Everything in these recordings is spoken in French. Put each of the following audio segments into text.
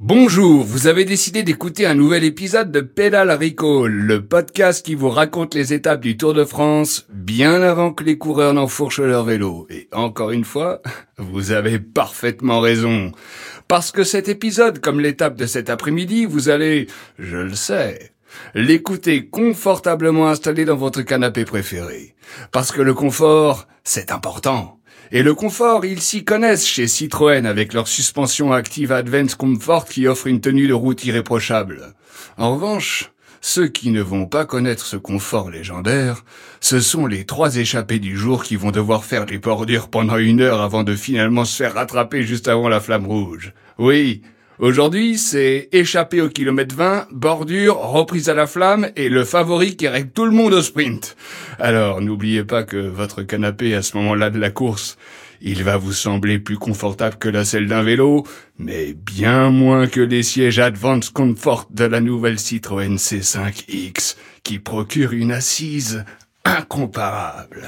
Bonjour, vous avez décidé d'écouter un nouvel épisode de Pédale Recall, le podcast qui vous raconte les étapes du Tour de France bien avant que les coureurs n'enfourchent leur vélo. Et encore une fois, vous avez parfaitement raison. Parce que cet épisode, comme l'étape de cet après-midi, vous allez, je le sais, l'écouter confortablement installé dans votre canapé préféré. Parce que le confort, c'est important. Et le confort, ils s'y connaissent chez Citroën avec leur suspension Active Advance Comfort qui offre une tenue de route irréprochable. En revanche, ceux qui ne vont pas connaître ce confort légendaire, ce sont les 3 échappés du jour qui vont devoir faire des bordures pendant 1 heure avant de finalement se faire rattraper juste avant la flamme rouge. Oui, aujourd'hui, c'est échappé au kilomètre 20, bordure, reprise à la flamme et le favori qui règle tout le monde au sprint. Alors, n'oubliez pas que votre canapé à ce moment-là de la course, il va vous sembler plus confortable que la selle d'un vélo, mais bien moins que les sièges Advance Comfort de la nouvelle Citroën C5X, qui procure une assise incomparable.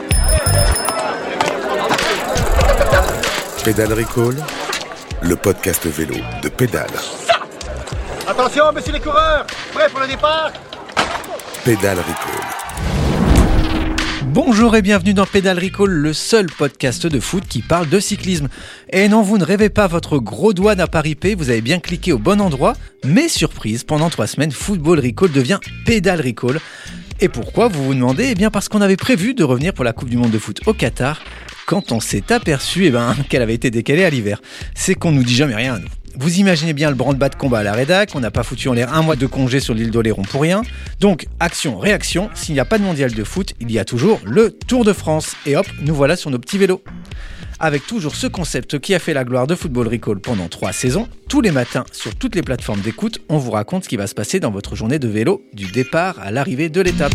Pédale Recall, le podcast vélo de Pédale. Attention, messieurs les coureurs, prêts pour le départ ? Pédale Recall. Bonjour et bienvenue dans Pédale Recall, le seul podcast de foot qui parle de cyclisme. Et non, vous ne rêvez pas, votre gros doigt n'a pas ripé, vous avez bien cliqué au bon endroit. Mais surprise, pendant 3 semaines, Football Recall devient Pédale Recall. Et pourquoi, vous vous demandez ? Eh bien parce qu'on avait prévu de revenir pour la Coupe du Monde de foot au Qatar, quand on s'est aperçu qu'elle avait été décalée à l'hiver. C'est qu'on nous dit jamais rien à nous. Vous imaginez bien le branle-bas de combat à la rédac, on n'a pas foutu en l'air 1 mois de congé sur l'île d'Oléron pour rien. Donc, action, réaction, s'il n'y a pas de mondial de foot, il y a toujours le Tour de France. Et hop, nous voilà sur nos petits vélos. Avec toujours ce concept qui a fait la gloire de Football Recall pendant 3 saisons, tous les matins, sur toutes les plateformes d'écoute, on vous raconte ce qui va se passer dans votre journée de vélo, du départ à l'arrivée de l'étape.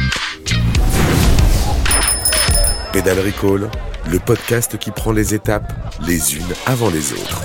Pédale Recall, le podcast qui prend les étapes les unes avant les autres.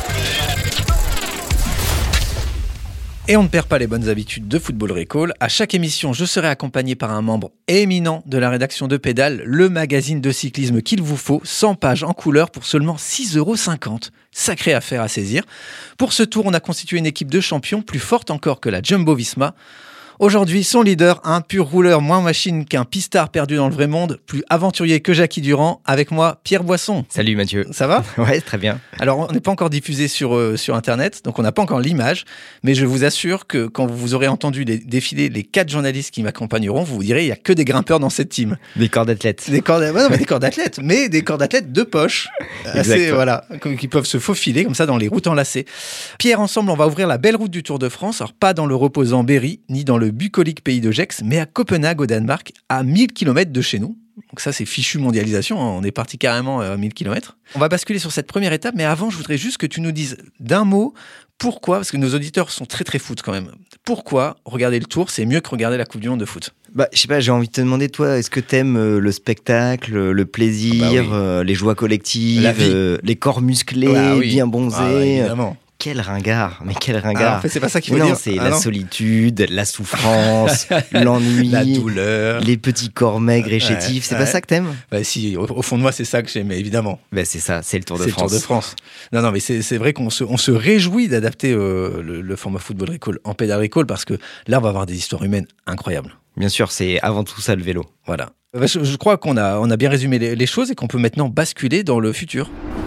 Et on ne perd pas les bonnes habitudes de Football Recall. À chaque émission, je serai accompagné par un membre éminent de la rédaction de Pédale, le magazine de cyclisme qu'il vous faut, 100 pages en couleur pour seulement 6,50 €. Sacrée affaire à saisir. Pour ce tour, on a constitué une équipe de champions plus forte encore que la Jumbo-Visma. Aujourd'hui, son leader, un pur rouleur moins machine qu'un pistard perdu dans le vrai monde, plus aventurier que Jackie Durand. Avec moi, Pierre Boisson. Salut Mathieu. Ça va ? Ouais, très bien. Alors, on n'est pas encore diffusé sur Internet, donc on n'a pas encore l'image, mais je vous assure que quand vous aurez entendu défiler les 4 journalistes qui m'accompagneront, vous vous direz, il n'y a que des grimpeurs dans cette team. Des corps d'athlètes. Des corps d'athlètes, mais des corps d'athlètes de poche. Assez, voilà, qui peuvent se faufiler comme ça dans les routes enlacées. Pierre, ensemble, on va ouvrir la belle route du Tour de France, alors pas dans le reposant Berry, ni dans le bucolique pays de Gex, mais à Copenhague au Danemark, à 1000 km de chez nous. Donc ça, c'est fichu mondialisation, on est parti carrément à 1000 km. On va basculer sur cette première étape, mais avant, je voudrais juste que tu nous dises d'un mot pourquoi, parce que nos auditeurs sont très très foot quand même, pourquoi regarder le Tour, c'est mieux que regarder la Coupe du Monde de foot ? Je sais pas, j'ai envie de te demander, toi, est-ce que t'aimes le spectacle, le plaisir, oui. les joies collectives, les corps musclés, bien bronzés évidemment. Quel ringard, mais quel ringard. En fait, c'est pas ça qu'il faut non, dire. C'est la solitude, la souffrance, l'ennui, la douleur, les petits corps maigres et chétifs. C'est pas ça que t'aimes ? Si, au fond de moi, c'est ça que j'aime, évidemment. C'est ça, c'est le Tour de France. C'est le Tour de France. Non, mais c'est vrai qu'on se réjouit d'adapter le format Football Recall en Pédale Recall parce que là, on va avoir des histoires humaines incroyables. Bien sûr, c'est avant tout ça le vélo. Voilà. Je crois qu'on a bien résumé les choses et qu'on peut maintenant basculer dans le futur.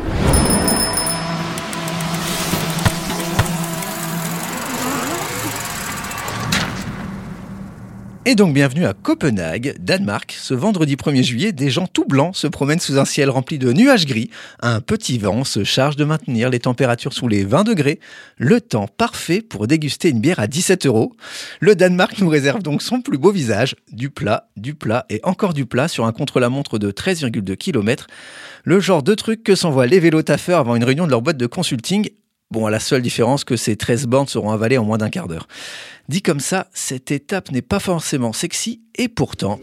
Et donc bienvenue à Copenhague, Danemark. Ce vendredi 1er juillet, des gens tout blancs se promènent sous un ciel rempli de nuages gris. Un petit vent se charge de maintenir les températures sous les 20 degrés. Le temps parfait pour déguster une bière à 17 €. Le Danemark nous réserve donc son plus beau visage. Du plat et encore du plat sur un contre-la-montre de 13,2 km. Le genre de truc que s'envoient les vélo-taffeurs avant une réunion de leur boîte de consulting. Bon, à la seule différence que ces 13 bornes seront avalées en moins d'1 quart d'heure. Dit comme ça, cette étape n'est pas forcément sexy, et pourtant...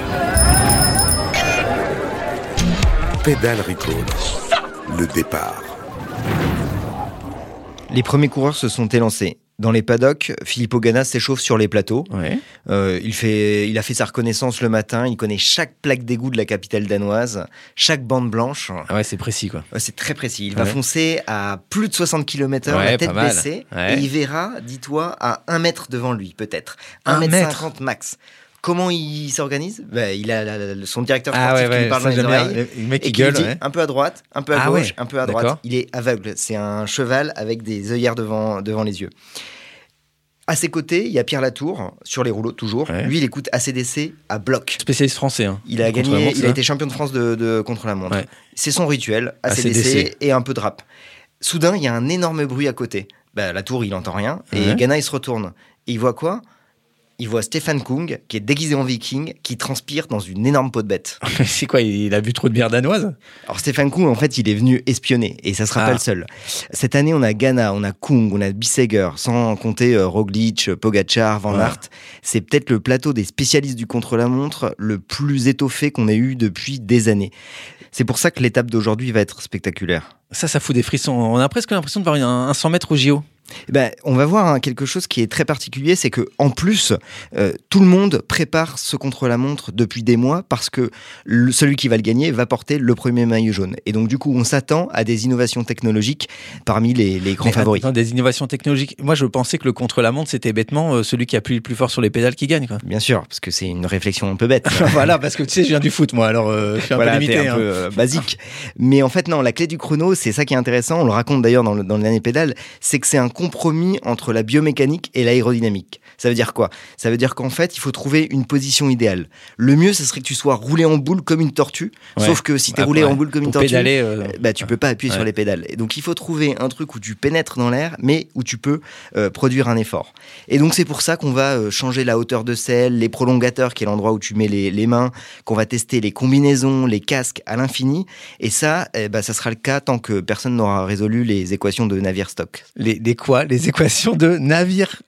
Pédale Recall, le départ. Les premiers coureurs se sont élancés. Dans les paddocks, Filippo Ganna s'échauffe sur les plateaux. Ouais. Il a fait sa reconnaissance le matin. Il connaît chaque plaque d'égout de la capitale danoise, chaque bande blanche. Ah ouais, c'est précis, quoi. Ouais, c'est très précis. Il va foncer à plus de 60 km/h, la tête baissée. Ouais. Et il verra, dis-toi, à 1 mètre devant lui, peut-être. 1 mètre 1,50 m max. Comment il s'organise ? Il a son directeur sportif qui lui parle dans les oreilles. Le mec et qui gueule. lui dit un peu à droite, un peu à gauche, un peu à droite. D'accord. Il est aveugle. C'est un cheval avec des œillères devant les yeux. À ses côtés, il y a Pierre Latour, sur les rouleaux toujours. Ouais. Lui, il écoute ACDC à bloc. Spécialiste français. Hein. Il a gagné, il a été champion de France de contre-la-montre. Ouais. C'est son rituel, ACDC et un peu de rap. Soudain, il y a un énorme bruit à côté. Latour, il n'entend rien. Et Ganna, il se retourne. Et il voit quoi ? Il voit Stefan Kung, qui est déguisé en viking, qui transpire dans une énorme peau de bête. C'est quoi, il a bu trop de bière danoise ? Alors Stefan Kung, en fait, il est venu espionner, et ça sera pas le seul. Cette année, on a Ganna, on a Kung, on a Bissegger, sans compter Roglic, Pogacar, Van Aert. C'est peut-être le plateau des spécialistes du contre-la-montre le plus étoffé qu'on ait eu depuis des années. C'est pour ça que l'étape d'aujourd'hui va être spectaculaire. Ça fout des frissons. On a presque l'impression de voir un 100 mètres au JO. On va voir quelque chose qui est très particulier, c'est que en plus, tout le monde prépare ce contre-la-montre depuis des mois parce que celui qui va le gagner va porter le premier maillot jaune. Et donc du coup, on s'attend à des innovations technologiques parmi les grands favoris. Attends, des innovations technologiques. Moi, je pensais que le contre-la-montre, c'était bêtement celui qui appuie le plus fort sur les pédales qui gagne, quoi. Bien sûr, parce que c'est une réflexion un peu bête. Voilà, parce que tu sais, je viens du foot, moi, alors je suis un peu limité. T'es un peu basique. Mais en fait, non, la clé du chrono, c'est ça qui est intéressant. On le raconte d'ailleurs dans le dernier pédale, c'est que c'est un compromis entre la biomécanique et l'aérodynamique. Ça veut dire quoi ? Ça veut dire qu'en fait, il faut trouver une position idéale. Le mieux, ce serait que tu sois roulé en boule comme une tortue. Sauf que si tu es roulé en boule comme une tortue, tu peux pas appuyer sur les pédales. Et donc, il faut trouver un truc où tu pénètres dans l'air, mais où tu peux produire un effort. Et donc, c'est pour ça qu'on va changer la hauteur de selle, les prolongateurs, qui est l'endroit où tu mets les mains, qu'on va tester les combinaisons, les casques à l'infini. Et ça, ça sera le cas tant que personne n'aura résolu les équations de Navier-Stokes. Les quoi ? Les équations de Navier-Stokes ?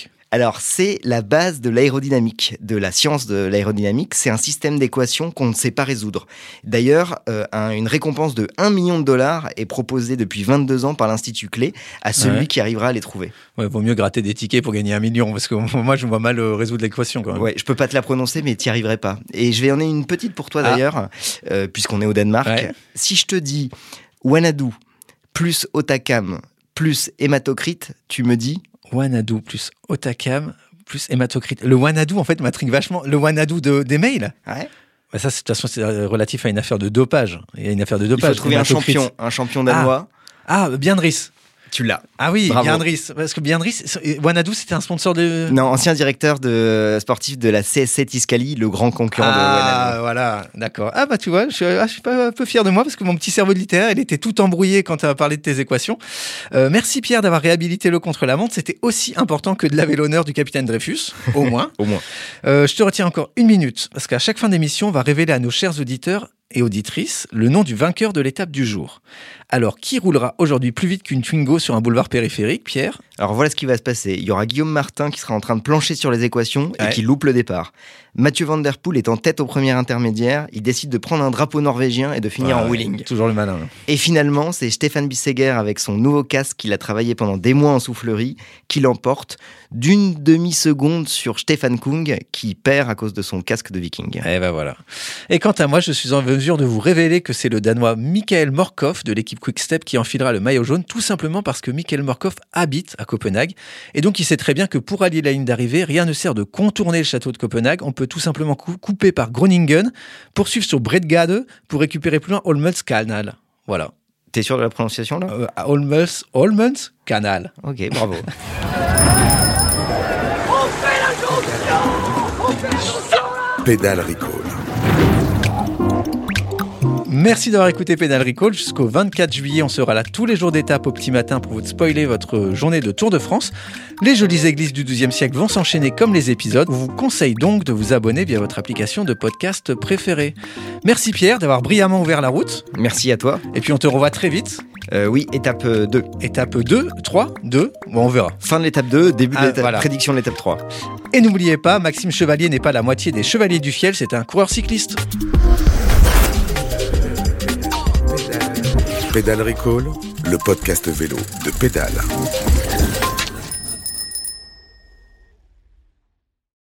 Alors, c'est la base de l'aérodynamique, de la science de l'aérodynamique. C'est un système d'équations qu'on ne sait pas résoudre. D'ailleurs, une récompense de $1 million est proposée depuis 22 ans par l'Institut Clé à celui qui arrivera à les trouver. Ouais, vaut mieux gratter des tickets pour gagner $1 million, parce que moi, je me vois mal résoudre l'équation, quand même. Ouais, je peux pas te la prononcer, mais t'y arriverais pas. Et je vais en une petite pour toi, d'ailleurs, puisqu'on est au Danemark. Ouais. Si je te dis Wanadu plus Otakam plus hématocrite, tu me dis Wanadu plus Otakam plus hématocrite. Le Wanadu, en fait, m'intrigue vachement. Le Wanadu des mails. Ouais. Ça, de toute façon, c'est relatif à une affaire de dopage. Il y a une affaire de dopage. Il faut trouver un champion danois. Bjørn. Tu l'as. Ah oui, Bjørn. Parce que Bjørn, Wanadu, c'était un sponsor de... Non, ancien directeur sportif de la CSC Tiscali, le grand concurrent de Wanadu. Ah, voilà, d'accord. Ah bah tu vois, je suis pas un peu fier de moi parce que mon petit cerveau de littéraire, il était tout embrouillé quand tu as parlé de tes équations. Merci Pierre d'avoir réhabilité le contre-la-montre. C'était aussi important que de laver l'honneur du capitaine Dreyfus, au moins. Au moins. Je te retiens encore 1 minute parce qu'à chaque fin d'émission, on va révéler à nos chers auditeurs et auditrices le nom du vainqueur de l'étape du jour. Alors, qui roulera aujourd'hui plus vite qu'une Twingo sur un boulevard périphérique, Pierre ? Alors voilà ce qui va se passer. Il y aura Guillaume Martin qui sera en train de plancher sur les équations et qui loupe le départ. Mathieu Van Der Poel est en tête au premier intermédiaire. Il décide de prendre un drapeau norvégien et de finir en wheeling. Toujours le malin. Et finalement, c'est Stefan Bissegger avec son nouveau casque qu'il a travaillé pendant des mois en soufflerie qui l'emporte d'une demi-seconde sur Stefan Kung qui perd à cause de son casque de viking. Et ben voilà. Et quant à moi, je suis en mesure de vous révéler que c'est le Danois Michael Morkov de l'équipe Quick-Step qui enfilera le maillot jaune, tout simplement parce que Michael Morkov habite à Copenhague. Et donc, il sait très bien que pour allier la ligne d'arrivée, rien ne sert de contourner le château de Copenhague. On peut tout simplement couper par Groningen, poursuivre sur Bredgade pour récupérer plus loin Holmens-Kanal. Voilà. T'es sûr de la prononciation là ? Holmens-Kanal. Ok, bravo. Pédale Recall. Merci d'avoir écouté Pédale Recall. Jusqu'au 24 juillet, on sera là tous les jours d'étape au petit matin pour vous spoiler votre journée de Tour de France. Les jolies églises du XIIe siècle vont s'enchaîner comme les épisodes. On vous conseille donc de vous abonner via votre application de podcast préférée. Merci Pierre d'avoir brillamment ouvert la route. Merci à toi. Et puis on te revoit très vite. Oui, étape 2. Étape 2, 3, 2, bon, on verra. Fin de l'étape 2, début de l'étape, voilà. Prédiction de l'étape 3. Et n'oubliez pas, Maxime Chevalier n'est pas la moitié des Chevaliers du Fiel, c'est un coureur cycliste. Pédale Recall, le podcast vélo de Pédale.